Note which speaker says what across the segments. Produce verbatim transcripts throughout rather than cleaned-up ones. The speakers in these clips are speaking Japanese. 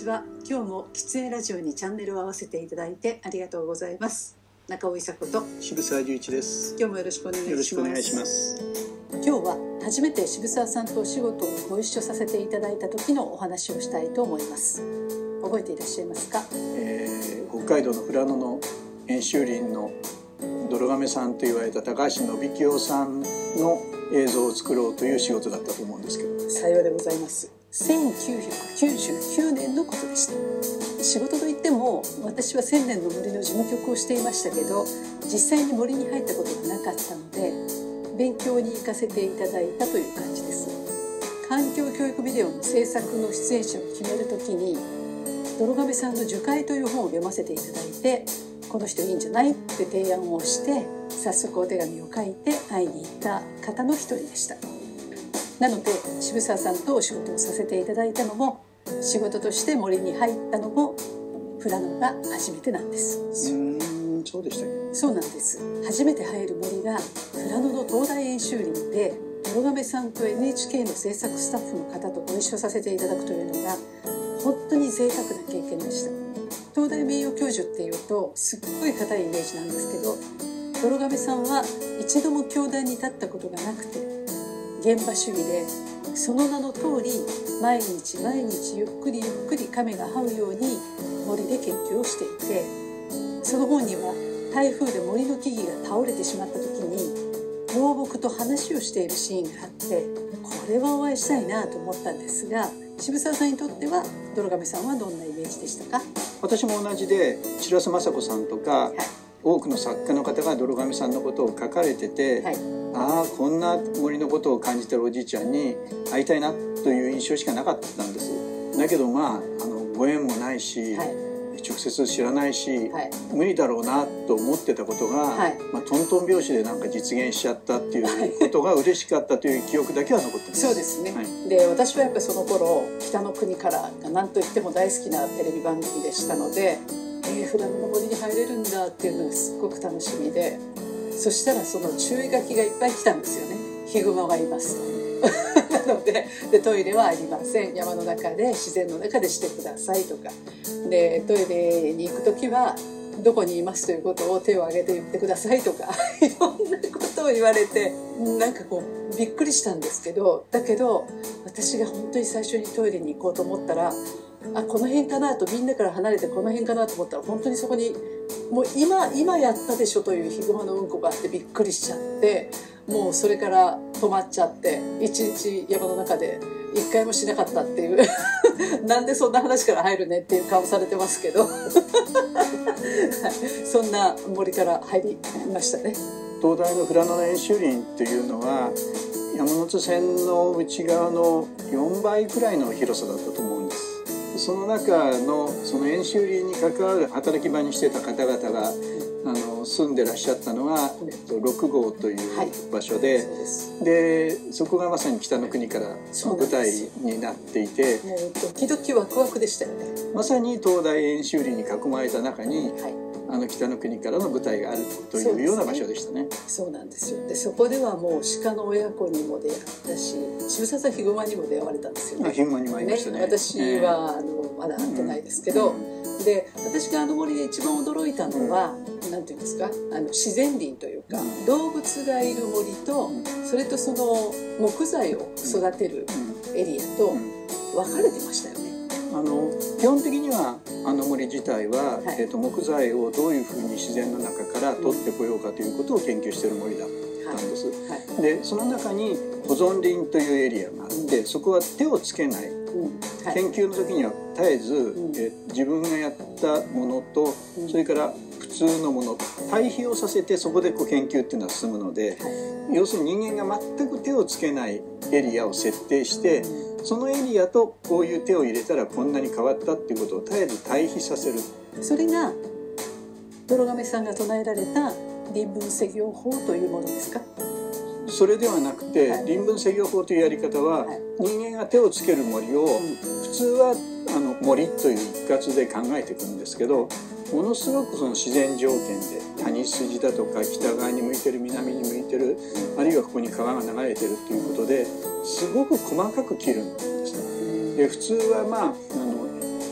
Speaker 1: は。今日も喫煙ラジオにチャンネルを合わせていただいてありがとうございます。中尾伊佐子と
Speaker 2: 渋沢十一です。
Speaker 1: 今日もよろしくお願いします。
Speaker 2: よろしくお願いします。
Speaker 1: 今日は初めて渋沢さんとお仕事をご一緒させていただいた時のお話をしたいと思います。覚えていらっしゃいますか？
Speaker 2: えー、北海道の富良野の演習林の泥亀さんと言われた高橋信清さんの映像を作ろうという仕事だったと思うんですけど。
Speaker 1: さようでございます。せんきゅうひゃくきゅうじゅうきゅうねんのことでした。仕事といっても私は千年の森の事務局をしていましたけど、実際に森に入ったことがなかったので勉強に行かせていただいたという感じです。環境教育ビデオの制作の出演者を決めるときに泥亀さんの樹海という本を読ませていただいて、この人いいんじゃないって提案をして、早速お手紙を書いて会いに行った方の一人でした。なので渋沢さんとお仕事をさせていただいたのも、仕事として森に入ったのも富良野が初めてなんです。
Speaker 2: うーん、そうでしたっけ？
Speaker 1: そうなんです。初めて入る森が富良野の東大演習林で、泥亀さんと エヌエイチケー の制作スタッフの方とご一緒させていただくというのが本当に贅沢な経験でした。東大名誉教授っていうとすっごい固いイメージなんですけど、泥亀さんは一度も教壇に立ったことがなくて、現場主義でその名の通り毎日毎日ゆっくりゆっくり亀が這うように森で研究をしていて、その本には台風で森の木々が倒れてしまった時に老木と話をしているシーンがあって、これはお会いしたいなと思ったんですが、渋沢さんにとっては泥亀さんはどんなイメージでしたか？
Speaker 2: 私も同じで、白洲雅子さんとか、はい、多くの作家の方が泥亀さんのことを書かれてて、はい、ああこんな森のことを感じてるおじいちゃんに会いたいなという印象しかなかったんです。だけどまあ、あのご縁もないし、はい、直接知らないし、はい、無理だろうなと思ってたことが、はい、まあ、トントン拍子でなんか実現しちゃったっていうことが嬉しかったという記憶だけは残ってます。
Speaker 1: そうですね、はい、で私はやっぱりその頃北の国からが何といっても大好きなテレビ番組でしたので、えー、富良野の森に入れるんだっていうのがすっごく楽しみで、そしたらその注意書きがいっぱい来たんですよね。ヒグマがいますとなので、でトイレはありません、山の中で自然の中でしてくださいとかで、トイレに行く時はどこにいますということを手を挙げて言ってくださいとかいろんなことを言われて、なんかこうびっくりしたんですけど、だけど私が本当に最初にトイレに行こうと思ったら、あこの辺かなと、みんなから離れてこの辺かなと思ったら、本当にそこにもう今今やったでしょというヒグマのうんこがあってびっくりしちゃって、もうそれから止まっちゃって一日山の中で一回もしなかったっていうなんでそんな話から入るねっていう顔されてますけどそんな森から入りましたね。
Speaker 2: 東大の富良野の演習林というのは山手線の内側のよんばいくらいの広さだったと思うんです。その中のその演習林に関わる働き場にしてた方々があの住んでらっしゃったのは、えっと、ろくごうという場所で、はい、でそこがまさに北の国から舞台になっていて、
Speaker 1: もうドキドキワクワクでしたよね。
Speaker 2: まさに東大演習林に囲まれた中に、はい、あの北の国からの舞台があるというような場所でしたね。
Speaker 1: そうなんですよ。でそこではもう鹿の親子にも出会ったし、渋沢さんヒグマにも出会われたんですよね。
Speaker 2: ヒグマにも会いましたね。
Speaker 1: ね、私は、えー、あのまだ会ってないですけど、うんうん、で私があの森で一番驚いたのは、うん、なんていうんですか、あの自然林というか、うん、動物がいる森と、うん、それとその木材を育てるエリアと分かれてましたよね。
Speaker 2: あの基本的にはあの森自体は、はい、えーと木材をどういうふうに自然の中から取ってこようかということを研究している森だったんです、はいはい、でその中に保存林というエリアがあって、うん、そこは手をつけない、うんはい、研究の時には絶えず、うんえー、自分がやったものと、うん、それから普通のもの対比をさせてそこでこう研究っていうのは進むので、はい、要するに人間が全く手をつけないエリアを設定して、うん、そのエリアとこういう手を入れたらこんなに変わったっていうことを絶えず対比させる。
Speaker 1: それが泥亀さんが唱えられた林分施業法というものですか？
Speaker 2: それではなくて、はい、林分施業法というやり方は、はい、人間が手をつける森を、うん、普通はあの森という一括で考えていくんですけど、ものすごくその自然条件で谷筋だとか北側に向いてる南に向いてる、あるいはここに川が流れてるということですごく細かく切るんですね。で普通はまああの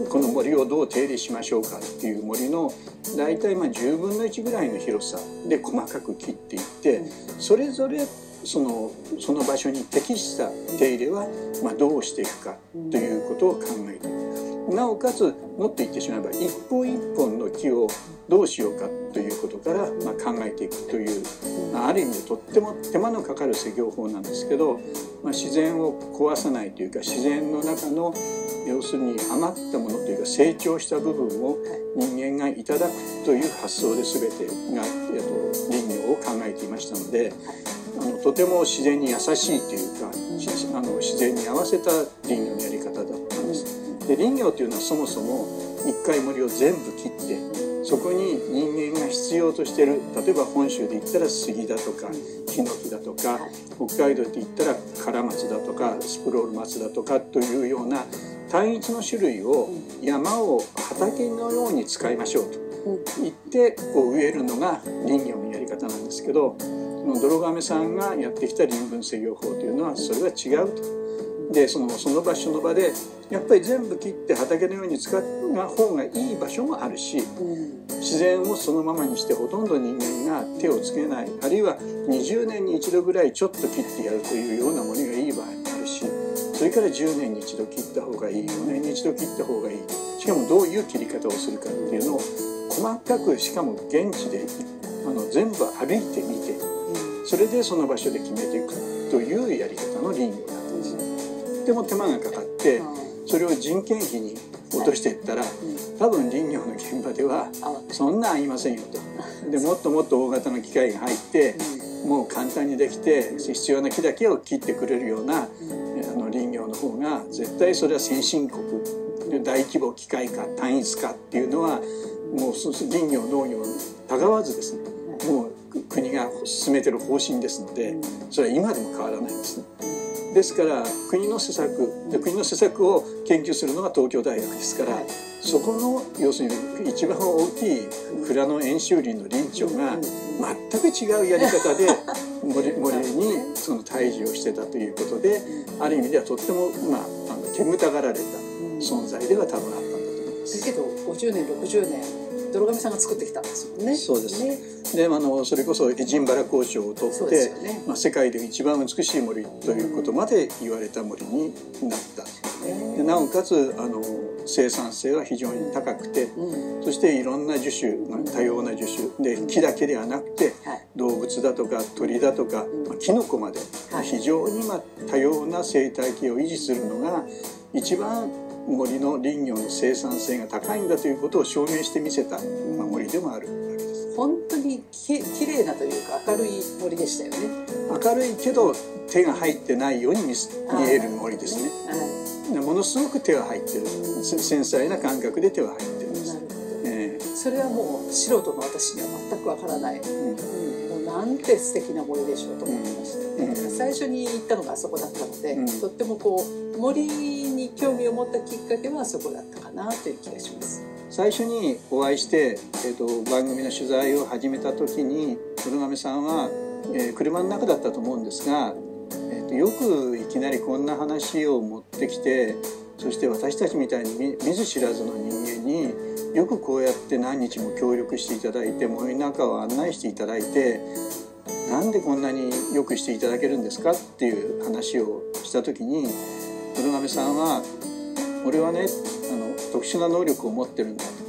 Speaker 2: この森をどう手入れしましょうかっていう森の大体まあじゅうぶんのいちぐらいの広さで細かく切っていって、それぞれそのその場所に適した手入れはまあどうしていくかということを考えていく。なおかつもっと言ってしまえば一本一本の木をどうしようかということからまあ考えていくという、まあ、ある意味でとっても手間のかかる施業法なんですけど、まあ、自然を壊さないというか、自然の中の要するに余ったものというか成長した部分を人間がいただくという発想で全てが、えっと、林業を考えていましたので、あのとても自然に優しいというか、あの自然に合わせた林業のやり方だったんです。で林業というのはそもそも一回森を全部切って、そこに人間が必要としている、例えば本州で言ったら杉だとかヒノキだとか、北海道で言ったらカラマツだとかスプロールマツだとかというような単一の種類を山を畑のように使いましょうと言ってこう植えるのが林業のやり方なんですけど、泥亀さんがやってきた林分施業法というのはそれは違うと。でそのその場所の場でやっぱり全部切って畑のように使った方がいい場所もあるし、自然をそのままにしてほとんど人間が手をつけない、あるいはにじゅうねんに一度ぐらいちょっと切ってやるというような森がいい場合もあるし、それからじゅうねんに一度切った方がいい、よねんに一度切った方がいい、しかもどういう切り方をするかっていうのを細かく、しかも現地であの全部歩いてみて、それでその場所で決めていくというやり方の林業だったんですね。とても手間がかかって、それを人件費に落としていったら、多分林業の現場ではそんなんありませんよと。でもっともっと大型の機械が入って、もう簡単にできて必要な木だけを切ってくれるようなあの林業の方が絶対それは先進国で大規模機械化単一化っていうのはもう林業農業たがわずですね、もう国が進めてる方針ですので、それは今でも変わらないんですね。ですから国の施策で国の施策を研究するのが東京大学ですから、そこの要するに一番大きい蔵の演習林の林長が全く違うやり方で森, 森にその対峙をしてたということで、ある意味ではとっても、まあ、あの煙たがられた存在では多分あったんだと思います。
Speaker 1: だけどごじゅうねんろくじゅうねん泥亀さんが作ってきたんですもんね。
Speaker 2: そうですね。であのそれこそエジンバラ交渉を取って、ね、まあ、世界で一番美しい森ということまで言われた森になった。でなおかつあの生産性は非常に高くて、うん、そしていろんな樹種、まあ、多様な樹種で木だけではなくて、はい、動物だとか鳥だとか、まあ、キノコまで、はい、非常に、まあ、多様な生態系を維持するのが一番森の林業の生産性が高いんだということを証明してみせた、まあ、森でもあるわけです。
Speaker 1: 本当にききれいなというか明るい森でしたよね。
Speaker 2: 明るいけど手が入ってないように 見, 見える森ですね。はい、ものすごく手は入ってる、繊細な感覚で手は入ってるんです。なるほど、
Speaker 1: えー、それはもう素人の私には全くわからない、うんうん、もうなんて素敵な森でしょうと思いましたね。うん、最初に行ったのがあそこだったので、うん、とってもこう森に興味を持ったきっかけはそこだったかなという気がします。
Speaker 2: 最初にお会いして、えー、と番組の取材を始めた時に泥亀さんは、えー、車の中だったと思うんですが、えー、とよくいきなりこんな話を持ってきて、そして私たちみたいに 見, 見ず知らずの人間によくこうやって何日も協力していただいて森の中を案内していただいて、なんでこんなによくしていただけるんですかっていう話をした時に、泥亀さんは俺はねあの特殊な能力を持ってるんだ、はい、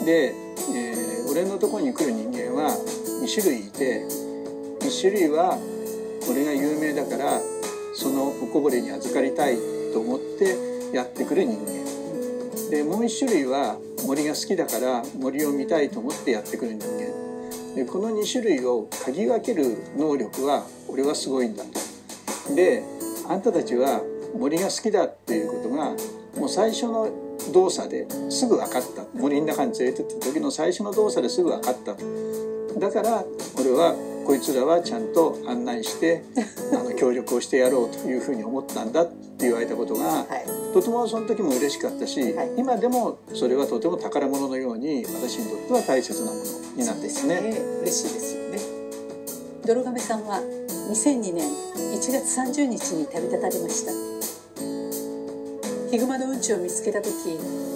Speaker 2: で、えー、俺のところに来る人間はに種類いて、いち種類は俺が有名だからそのおこぼれに預かりたいと思ってやってくる人間で、もういち種類は森が好きだから森を見たいと思ってやってくる人間で、このに種類を嗅ぎ分ける能力は俺はすごいんだと。であんたたちは森が好きだっていうことがもう最初の動作ですぐ分かった、森の中に連れてった時の最初の動作ですぐ分かったと。だから俺はこいつらはちゃんと案内してあの協力をしてやろうというふうに思ったんだって言われたことが、はい、とてもその時も嬉しかったし、はい、今でもそれはとても宝物のように私にとっては大切なものになってですね。
Speaker 1: そうですね、嬉しいですよね。泥亀さんはにせんにねんいちがつさんじゅうにちに旅立たれました。ヒグマのうんちを見つけた時、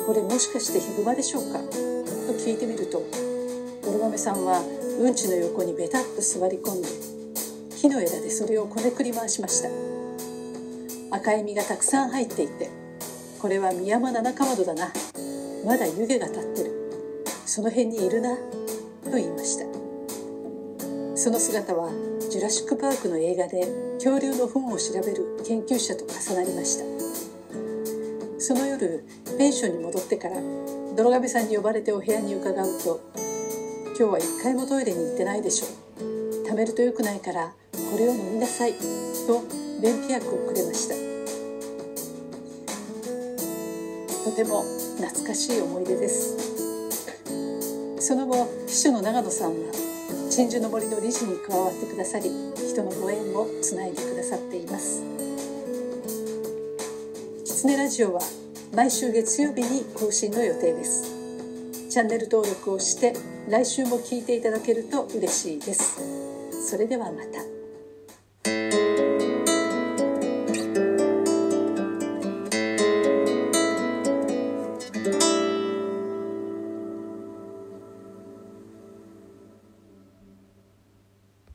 Speaker 1: これもしかしてヒグマでしょうか?」と聞いてみると、どろ亀さんはうんちの横にベタッと座り込んで木の枝でそれをこねくり回しました。赤い実がたくさん入っていて、これはミヤマナナカマドだな、まだ湯気が立ってる、その辺にいるな、と言いました。その姿はジュラシックパークの映画で恐竜の糞を調べる研究者と重なりました。その夜ペンションに戻ってからどろ亀さんに呼ばれてお部屋に伺うと、今日は一回もトイレに行ってないでしょう、溜めると良くないからこれを飲みなさいと便秘薬をくれました。とても懐かしい思い出です。その後秘書の長野さんは鎮守の森の理事に加わってくださり、人のご縁をつないでくださっています。きつねラジオは毎週月曜日に更新の予定です。チャンネル登録をして来週も聞いていただけると嬉しいです。それではまた。